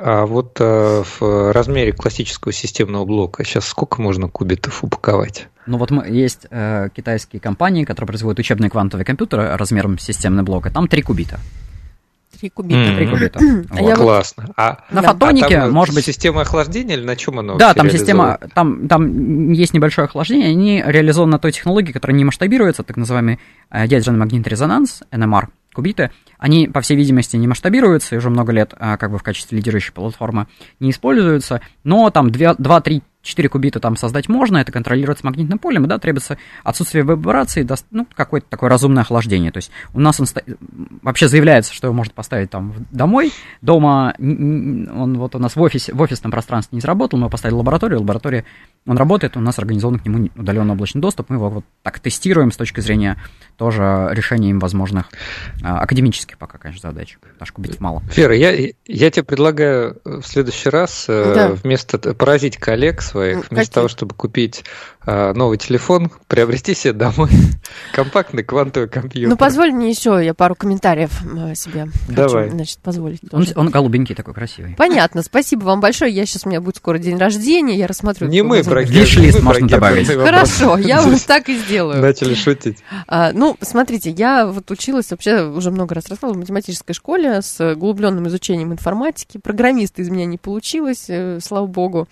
в размере классического системного блока сейчас сколько можно кубитов упаковать? Есть китайские компании, которые производят учебные квантовые компьютеры размером системный блок, и там 3 кубита. 3 кубита. 3 кубита. Классно. На фотонике, может быть... Система охлаждения или на чем оно? Да, там система, там есть небольшое охлаждение, они реализованы на той технологии, которая не масштабируется, так называемый ядерный магнитный резонанс, NMR, кубиты. Они, по всей видимости, не масштабируются, и уже много лет в качестве лидирующей платформы не используются, но там 2, 3, 4 кубита там создать можно, это контролируется магнитным полем, и требуется отсутствие вибрации, какое-то такое разумное охлаждение. То есть у нас вообще заявляется, что его можно поставить там домой, дома он у нас в офисном пространстве не сработал, мы его поставили в лаборатории он работает, у нас организован к нему удаленный облачный доступ, мы его так тестируем с точки зрения тоже решения им возможных академических пока, конечно, задач, потому что кубитов мало. Вера, я тебе предлагаю в следующий раз вместо поразить коллег своих, вместо того, чтобы купить новый телефон, приобрести себе домой компактный квантовый компьютер. Позволь мне еще, я пару комментариев себе Давай. хочу, позволить. Он голубенький такой, красивый. Понятно, спасибо вам большое. У меня будет скоро день рождения, я рассмотрю. Не мы, виш-лист можно добавить. Хорошо, я вот так и сделаю. Начали шутить. Смотрите, я училась вообще, уже много раз рассказывала, в математической школе с углубленным изучением информатики. Программиста из меня не получилось, слава богу.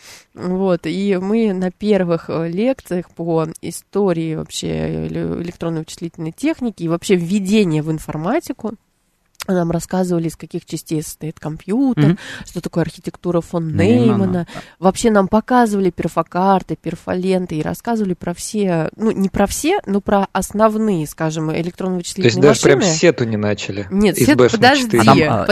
И мы на первых лекциях по истории вообще электронной вычислительной техники и вообще введение в информатику нам рассказывали, из каких частей состоит компьютер, что такое архитектура фон Неймана. Вообще нам показывали перфокарты, перфоленты и рассказывали про все, не про все, но про основные, скажем, электронно-вычислительные машины. То есть даже прям сету не начали? Нет, сету, подожди.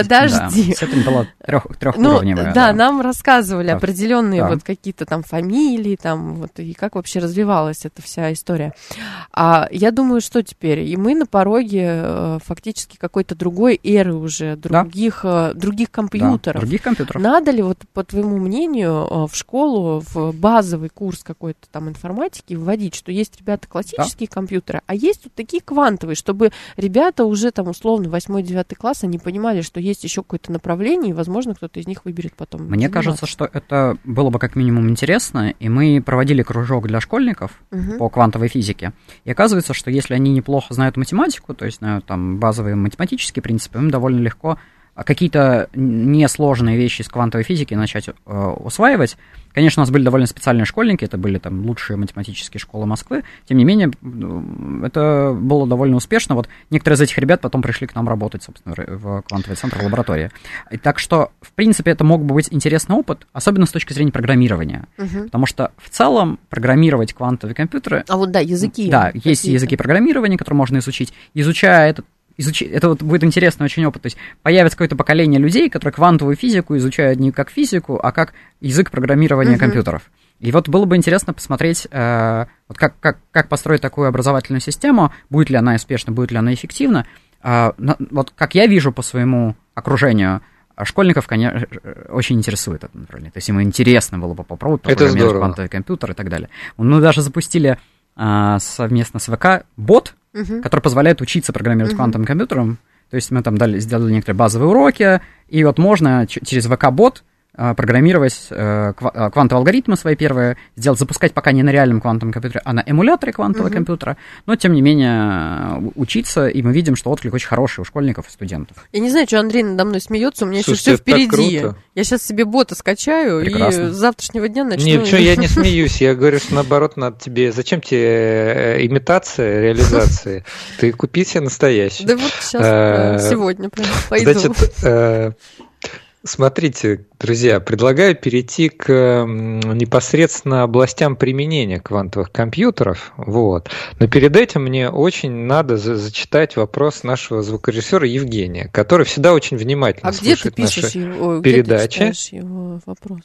Сету не было трехуровневая. Да, нам рассказывали определенные какие-то там фамилии, и как вообще развивалась эта вся история. А я думаю, что теперь? И мы на пороге фактически какой-то другой эры уже, других компьютеров. Да, других компьютеров. Надо ли, по твоему мнению, в школу, в базовый курс какой-то там информатики вводить, что есть, ребята, классические компьютеры, а есть такие квантовые, чтобы ребята уже там условно 8-9 класс, они понимали, что есть еще какое-то направление, и, возможно, кто-то из них выберет потом. Мне кажется, что это было бы как минимум интересно, и мы проводили кружок для школьников по квантовой физике, и оказывается, что если они неплохо знают математику, то есть знают там базовые математические принципы, им довольно легко какие-то несложные вещи из квантовой физики начать усваивать. Конечно, у нас были довольно специальные школьники, это были там лучшие математические школы Москвы, тем не менее, это было довольно успешно. Некоторые из этих ребят потом пришли к нам работать, собственно, в квантовый центр, в лаборатории. И так что, в принципе, это мог бы быть интересный опыт, особенно с точки зрения программирования, потому что в целом программировать квантовые компьютеры... языки. Да, есть языки программирования, которые можно изучить. Изучая это будет интересный очень опыт. То есть появится какое-то поколение людей, которые квантовую физику изучают не как физику, а как язык программирования компьютеров. И было бы интересно посмотреть, как построить такую образовательную систему, будет ли она успешна, будет ли она эффективна. Как я вижу по своему окружению, школьников, конечно, очень интересует это направление. То есть им интересно было бы попробовать программировать квантовый компьютер и так далее. Мы даже запустили совместно с ВК бот, который позволяет учиться программировать квантовым компьютером. То есть мы там сделали некоторые базовые уроки, и вот можно через ВК-бот программировать квантовые алгоритмы свои первые, запускать пока не на реальном квантовом компьютере, а на эмуляторе квантового компьютера, но, тем не менее, учиться, и мы видим, что отклик очень хороший у школьников и студентов. Я не знаю, что Андрей надо мной смеется, у меня еще все впереди. Я сейчас себе бота скачаю, прекрасно. И с завтрашнего дня начну... Нет, я не смеюсь, я говорю, что наоборот, надо тебе... Зачем тебе имитация реализации? Ты купи себе настоящий. Да вот сейчас, сегодня прям пойду. Значит, смотрите, друзья, предлагаю перейти к непосредственно областям применения квантовых компьютеров. Вот. Но перед этим мне очень надо зачитать вопрос нашего звукорежиссера Евгения, который всегда очень внимательно слушает наши передачи. Где ты читаешь его вопрос?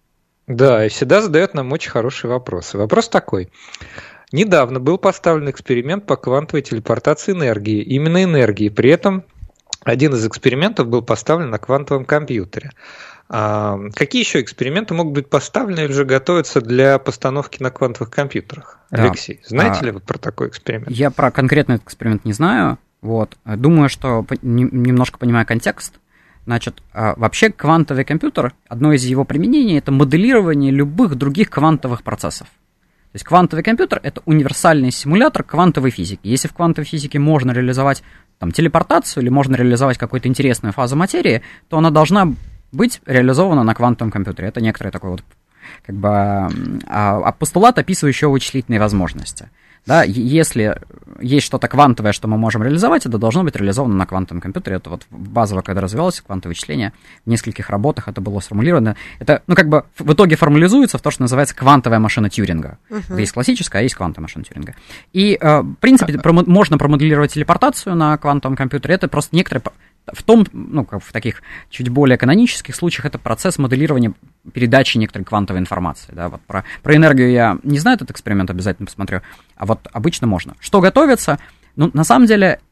Да, и всегда задает нам очень хорошие вопросы. Вопрос такой. Недавно был поставлен эксперимент по квантовой телепортации энергии, именно энергии, при этом один из экспериментов был поставлен на квантовом компьютере. Какие еще эксперименты могут быть поставлены или же готовятся для постановки на квантовых компьютерах? Да. Алексей, знаете ли вы про такой эксперимент? Я про конкретный этот эксперимент не знаю. Вот. Думаю, что немножко понимаю контекст. Значит, вообще квантовый компьютер, одно из его применений – это моделирование любых других квантовых процессов. То есть квантовый компьютер – это универсальный симулятор квантовой физики. Если в квантовой физике можно реализовать там, телепортацию или можно реализовать какую-то интересную фазу материи, то она должна быть реализована на квантовом компьютере. Это некоторый такой вот как бы постулат, описывающий вычислительные возможности. Да, если есть что-то квантовое, что мы можем реализовать, это должно быть реализовано на квантовом компьютере. Это вот базово, когда развивалось квантовое вычисление, в нескольких работах это было сформулировано. Это, ну, как бы в итоге формализуется в то, что называется квантовая машина Тьюринга. Есть классическая, а есть квантовая машина Тьюринга. И, в принципе, можно промоделировать телепортацию на квантовом компьютере. Это просто некоторые... В том, ну, как в таких чуть более канонических случаях, это процесс моделирования передачи некоторой квантовой информации. Да? Вот про энергию я не знаю, этот эксперимент обязательно посмотрю, а вот обычно можно. Что готовится? Ну, на самом деле,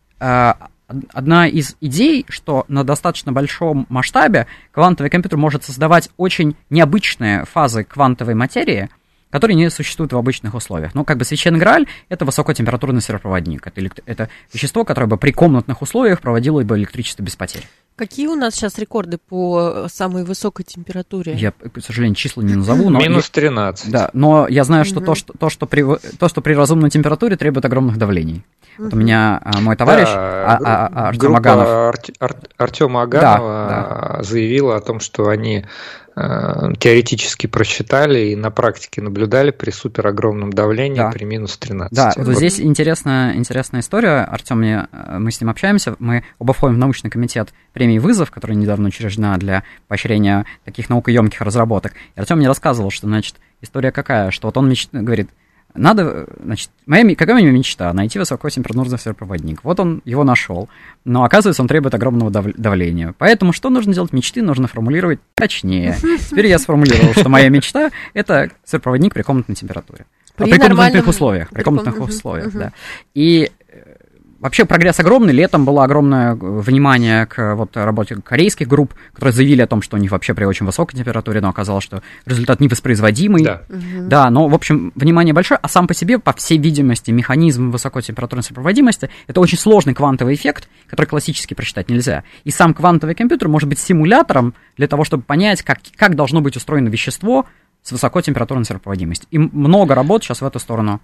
одна из идей, что на достаточно большом масштабе квантовый компьютер может создавать очень необычные фазы квантовой материи, которые не существуют в обычных условиях. Ну, как бы священный Грааль — это высокотемпературный сервопроводник. Это вещество, которое бы при комнатных условиях проводило бы электричество без потерь. Какие у нас сейчас рекорды по самой высокой температуре? Я, к сожалению, числа не назову. Но минус 13. Да, но я знаю, что то, что при разумной температуре требует огромных давлений. Вот у меня мой товарищ Артем Аганов. Артема Аганова заявила о том, что они теоретически просчитали и на практике наблюдали при суперогромном давлении при минус 13. Да, вот здесь интересная история. Артем, мы с ним общаемся, мы оба входим в научный комитет премии «Вызов», которая недавно учреждена для поощрения таких наукоемких разработок. И Артем мне рассказывал, что, значит, история какая, что вот он говорит, надо, значит, какая у него мечта? Найти высокотемпературный сервопроводник. Вот он его нашел, но оказывается, он требует огромного давления. Поэтому что нужно делать? Мечты нужно формулировать точнее. Теперь я сформулировал, что моя мечта – это сервопроводник при комнатной температуре. При комнатных условиях. При комнатных условиях, да. И вообще прогресс огромный. Летом было огромное внимание к вот работе корейских групп, которые заявили о том, что у них вообще при очень высокой температуре, но оказалось, что результат невоспроизводимый. Да. Да, но, в общем, внимание большое, а сам по себе, по всей видимости, механизм высокотемпературной сопроводимости – это очень сложный квантовый эффект, который классически просчитать нельзя. И сам квантовый компьютер может быть симулятором для того, чтобы понять, как должно быть устроено вещество с высокотемпературной сопроводимостью. И много работ сейчас в эту сторону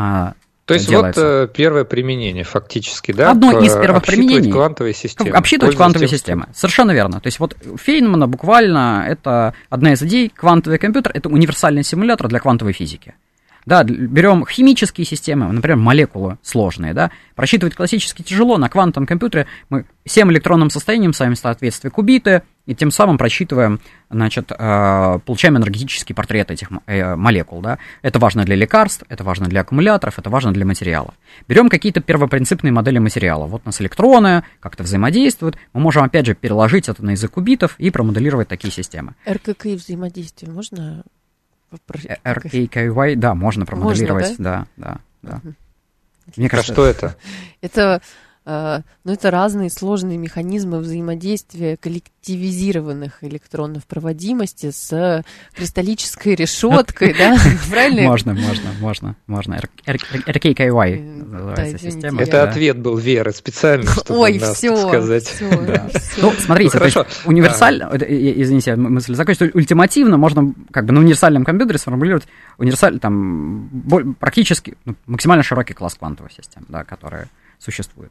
то есть делается. Вот первое применение фактически, да? Одно из первых применений. Квантовые системы. Обсчитывать квантовые системы. Совершенно верно. То есть вот Фейнмана буквально это одна из идей. Квантовый компьютер – это универсальный симулятор для квантовой физики. Да, берем химические системы, например, молекулы сложные, да, просчитывать классически тяжело, на квантовом компьютере мы всем электронным состоянием ставим соответствие кубиты, и тем самым просчитываем, значит, получаем энергетический портрет этих молекул, да. Это важно для лекарств, это важно для аккумуляторов, это важно для материалов. Берем какие-то первопринципные модели материала. Вот у нас электроны как-то взаимодействуют, мы можем, опять же, переложить это на язык кубитов и промоделировать такие системы. РКК взаимодействие можно... RKKY, да, можно промоделировать, можно, да? Да. Мне кажется, что это? Это это разные сложные механизмы взаимодействия коллективизированных электронов проводимости с кристаллической решеткой, да? Правильно? Можно. RKKY называется система. Это ответ был Веры специально, чтобы нас сказать. Ну, смотрите, универсально, извините, мысль закончится, ультимативно можно как бы на универсальном компьютере сформулировать практически максимально широкий класс квантовых систем, да, которые существуют.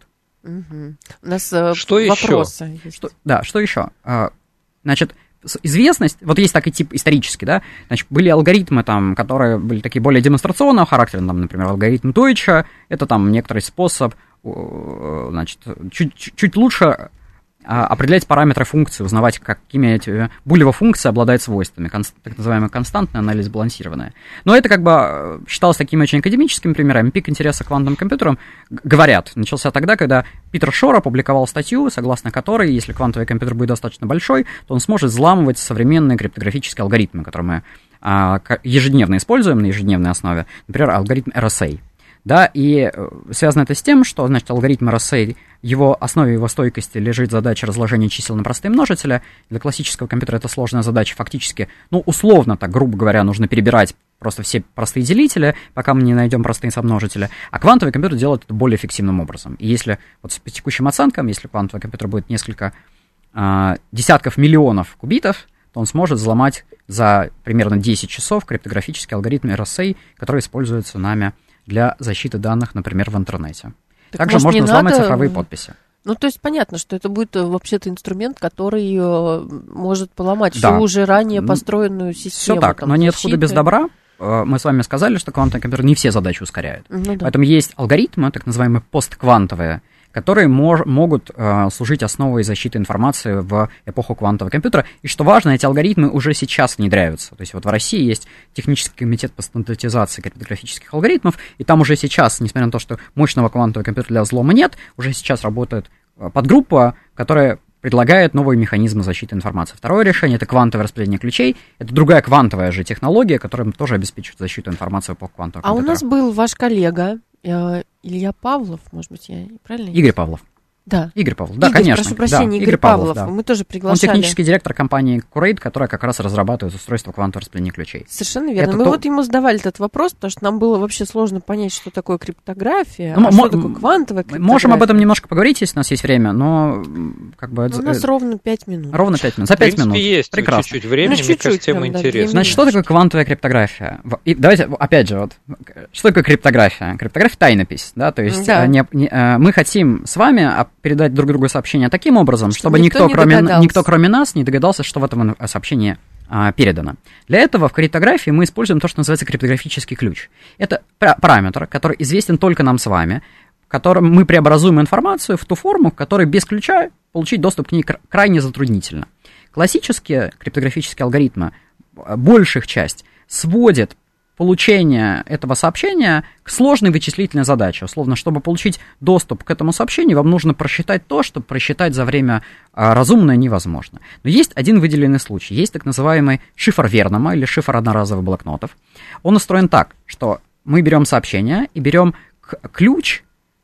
У нас вопросы есть. Что еще? Значит, известность, вот есть такой тип исторический, да, значит, были алгоритмы, там, которые были такие более демонстрационного характера, там, например, алгоритм Дойча, это там некоторый способ, значит, чуть лучше определять параметры функции, узнавать, какими эти булева функции обладают свойствами, так называемый константный анализ балансированный. Но это как бы считалось такими очень академическими примерами. Пик интереса к квантовым компьютерам, говорят, начался тогда, когда Питер Шор опубликовал статью, согласно которой, если квантовый компьютер будет достаточно большой, то он сможет взламывать современные криптографические алгоритмы, которые мы ежедневно используем на ежедневной основе, например, алгоритм RSA. Да, и связано это с тем, что, значит, алгоритм RSA, в основе его стойкости лежит задача разложения чисел на простые множители. Для классического компьютера это сложная задача. Фактически, условно, так грубо говоря, нужно перебирать просто все простые делители, пока мы не найдем простые сомножители. А квантовый компьютер делает это более эффективным образом. И если, вот по текущим оценкам, если квантовый компьютер будет несколько десятков миллионов кубитов, то он сможет взломать за примерно 10 часов криптографический алгоритм RSA, который используется нами для защиты данных, например, в интернете. Также можно взломать цифровые подписи. Ну, то есть понятно, что это будет вообще-то инструмент, который может поломать всю уже ранее построенную систему. Все так, но нет худа без добра. Мы с вами сказали, что квантовый компьютер не все задачи ускоряет. Поэтому есть алгоритмы, так называемые постквантовые, которые могут служить основой защиты информации в эпоху квантового компьютера. И что важно, эти алгоритмы уже сейчас внедряются. То есть вот в России есть технический комитет по стандартизации криптографических алгоритмов, и там уже сейчас, несмотря на то, что мощного квантового компьютера для взлома нет, уже сейчас работает подгруппа, которая предлагает новые механизмы защиты информации. Второе решение – это квантовое распределение ключей. Это другая квантовая же технология, которая тоже обеспечивает защиту информации в эпоху квантового компьютера. А у нас был ваш коллега Илья Павлов, может быть, я правильно? Игорь Павлов. Да. Игорь Павлов, да, конечно. Прошу прощения, Игорь Павлов. Да. Мы тоже приглашали. Он технический директор компании Curate, которая как раз разрабатывает устройство квантового распределения ключей. Совершенно верно. Мы вот ему задавали этот вопрос, потому что нам было вообще сложно понять, что такое криптография, что такое квантовая криптография. Можем об этом немножко поговорить, если у нас есть время, но как бы... У нас ровно 5 минут. Ровно 5 минут. За 5 минут. Есть прекрасно. Чуть-чуть времени, мне кажется, тема интересна. Значит, что такое квантовая криптография? И давайте, опять же, что такое криптография? Криптография — тайнопись, да, то есть мы хотим с вами передать друг другу сообщение таким образом, чтобы никто кроме нас не догадался, что в этом сообщении передано. Для этого в криптографии мы используем то, что называется криптографический ключ. Это параметр, который известен только нам с вами, которым мы преобразуем информацию в ту форму, в которой без ключа получить доступ к ней крайне затруднительно. Классические криптографические алгоритмы, больших часть, сводят получение этого сообщения к сложной вычислительной задаче. Условно, чтобы получить доступ к этому сообщению, вам нужно просчитать то, что просчитать за время разумное невозможно. Но есть один выделенный случай. Есть так называемый шифр Вернома или шифр одноразовых блокнотов. Он устроен так, что мы берем сообщение и берем ключ,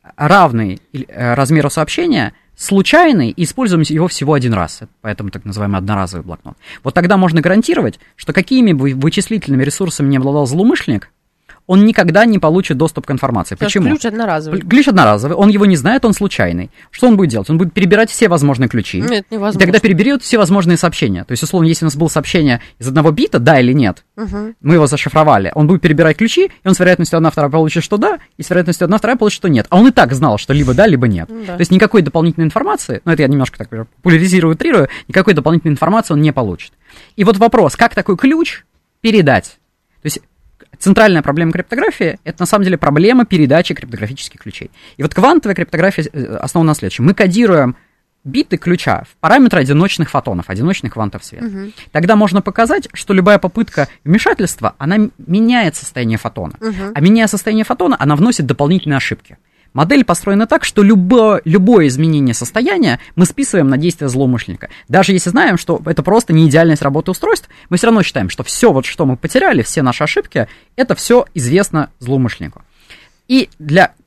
равный размеру сообщения, случайный, и используем его всего один раз. Поэтому так называемый одноразовый блокнот. Вот тогда можно гарантировать, что какими бы вычислительными ресурсами не обладал злоумышленник, он никогда не получит доступ к информации. Почему? Ключ одноразовый. Ключ одноразовый, он его не знает, он случайный. Что он будет делать? Он будет перебирать все возможные ключи. Нет, невозможно. И тогда переберет все возможные сообщения. То есть, условно, если у нас было сообщение из одного бита, да или нет, мы его зашифровали, он будет перебирать ключи, и он с вероятностью 1/2 получит, что да, и с вероятностью 1/2 получит, что нет. А он и так знал, что либо да, либо нет. Да. То есть никакой дополнительной информации, это я немножко так популяризирую, утрирую, никакой дополнительной информации он не получит. И вот вопрос, как такой ключ передать? То есть центральная проблема криптографии — это на самом деле проблема передачи криптографических ключей. И вот квантовая криптография основана на следующем. Мы кодируем биты ключа в параметры одиночных фотонов, одиночных квантов света. Тогда можно показать, что любая попытка вмешательства, она меняет состояние фотона. А меняя состояние фотона, она вносит дополнительные ошибки. Модель построена так, что любое изменение состояния мы списываем на действия злоумышленника. Даже если знаем, что это просто не идеальность работы устройств, мы все равно считаем, что все, что мы потеряли, все наши ошибки, это все известно злоумышленнику. И для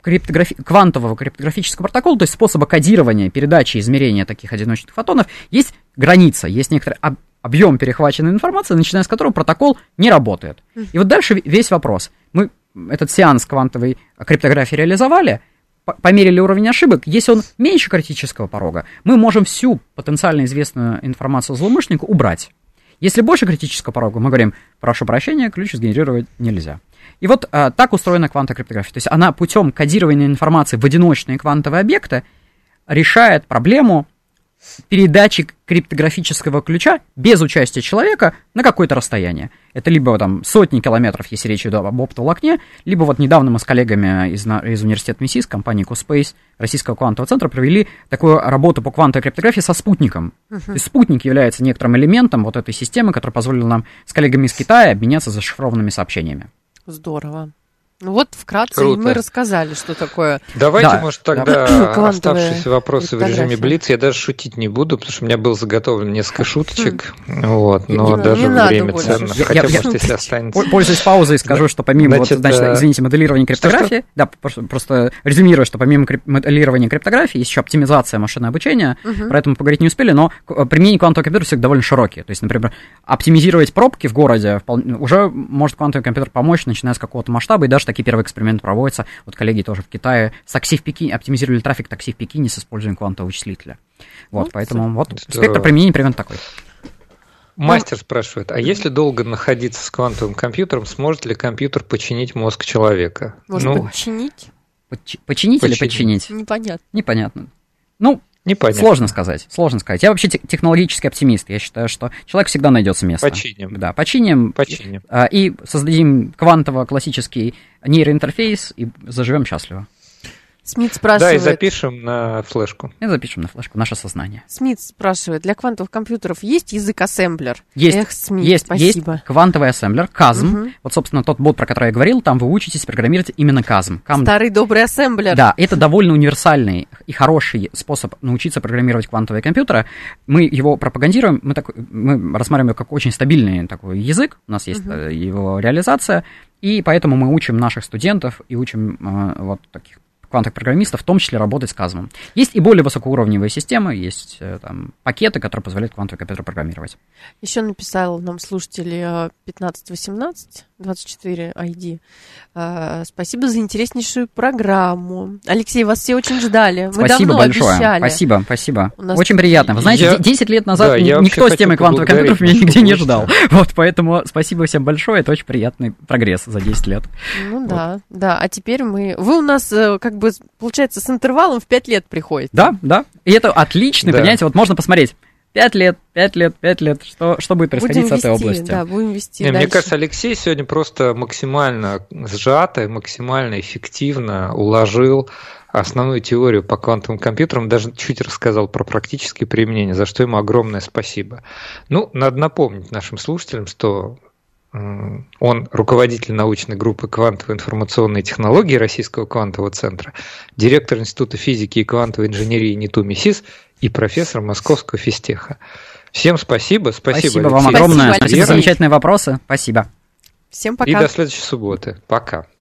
квантового криптографического протокола, то есть способа кодирования, передачи, измерения таких одиночных фотонов, есть граница, есть некоторый объем перехваченной информации, начиная с которого протокол не работает. И вот дальше весь вопрос. Мы этот сеанс квантовой криптографии реализовали, померили уровень ошибок. Если он меньше критического порога, мы можем всю потенциально известную информацию злоумышленнику убрать. Если больше критического порога, мы говорим: прошу прощения, ключ сгенерировать нельзя. И вот так устроена квантовая криптография. То есть она путем кодирования информации в одиночные квантовые объекты решает проблему передачи криптографического ключа без участия человека на какое-то расстояние. Это либо там сотни километров, если речь идет об оптоволокне, либо вот недавно мы с коллегами из университета МИСИС, компании Q-Space, Российского квантового центра, провели такую работу по квантовой криптографии со спутником. То есть спутник является некоторым элементом вот этой системы, которая позволила нам с коллегами из Китая обменяться зашифрованными сообщениями. Здорово. Ну вот вкратце мы рассказали, что такое. Давайте, может, тогда оставшиеся вопросы в режиме Блиц. Я даже шутить не буду, потому что у меня было заготовлено несколько шуточек. Вот, но даже время ценно. Хотя, может, если останется. Пользуясь паузой, скажу, что помимо, извините, моделирования криптографии, да, просто резюмирую, что помимо моделирования криптографии есть еще оптимизация машинного обучения, про это мы поговорить не успели, но применение квантового компьютера всегда довольно широкие. То есть, например, оптимизировать пробки в городе уже может квантовый компьютер помочь, начиная с какого-то масштаба, и даже такие первые эксперименты проводятся. Вот коллеги тоже в Китае с такси в Пекине оптимизировали трафик такси в Пекине с использованием квантового вычислителя. Вот, поэтому вот спектр применения примерно такой. Мастер спрашивает: а если долго находиться с квантовым компьютером, сможет ли компьютер починить мозг человека? Может, починить? Починить или подчинить? Непонятно. Непонятно. Сложно сказать. Я вообще технологический оптимист. Я считаю, что человек всегда найдется место. Починим. Да, починим. И создадим квантово-классический нейроинтерфейс и заживем счастливо. Смит спрашивает... Да, и запишем на флешку. Наше сознание. Смит спрашивает: для квантовых компьютеров есть язык-ассемблер? Смит, спасибо. Есть квантовый ассемблер, Казм. Вот, собственно, тот бот, про который я говорил, там вы учитесь программировать именно Казм. Старый добрый ассемблер. Да, это довольно универсальный и хороший способ научиться программировать квантовые компьютеры. Мы его пропагандируем, мы рассматриваем его как очень стабильный такой язык, у нас есть его реализация, и поэтому мы учим наших студентов и учим вот таких квантовых программистов, в том числе работать с Казмом. Есть и более высокоуровневые системы, есть там пакеты, которые позволяют квантовый компьютер программировать. Еще написал нам слушатель 1518 24 ID. Спасибо за интереснейшую программу. Алексей, вас все очень ждали. Мы Спасибо давно большое. Обещали. Спасибо. Очень приятно. Вы знаете, 10 лет назад никто с темой квантовых компьютеров меня нигде не ждал. Вот, поэтому спасибо всем большое. Это очень приятный прогресс за 10 лет. Ну да. А теперь вы у нас, как бы, получается, с интервалом в 5 лет приходите. Да. И это отлично, понимаете, вот можно посмотреть. 5 лет, что будет происходить с этой областью? Да, будем вести дальше. Мне кажется, Алексей сегодня просто максимально сжато, максимально эффективно уложил основную теорию по квантовым компьютерам, даже чуть рассказал про практические применения, за что ему огромное спасибо. Надо напомнить нашим слушателям, что он руководитель научной группы квантовой информационной технологии Российского квантового центра, директор Института физики и квантовой инженерии НИТУ МИСИС и профессор Московского физтеха. Всем спасибо. Спасибо вам огромное. Спасибо за замечательные вопросы. Спасибо. Всем пока. И до следующей субботы. Пока.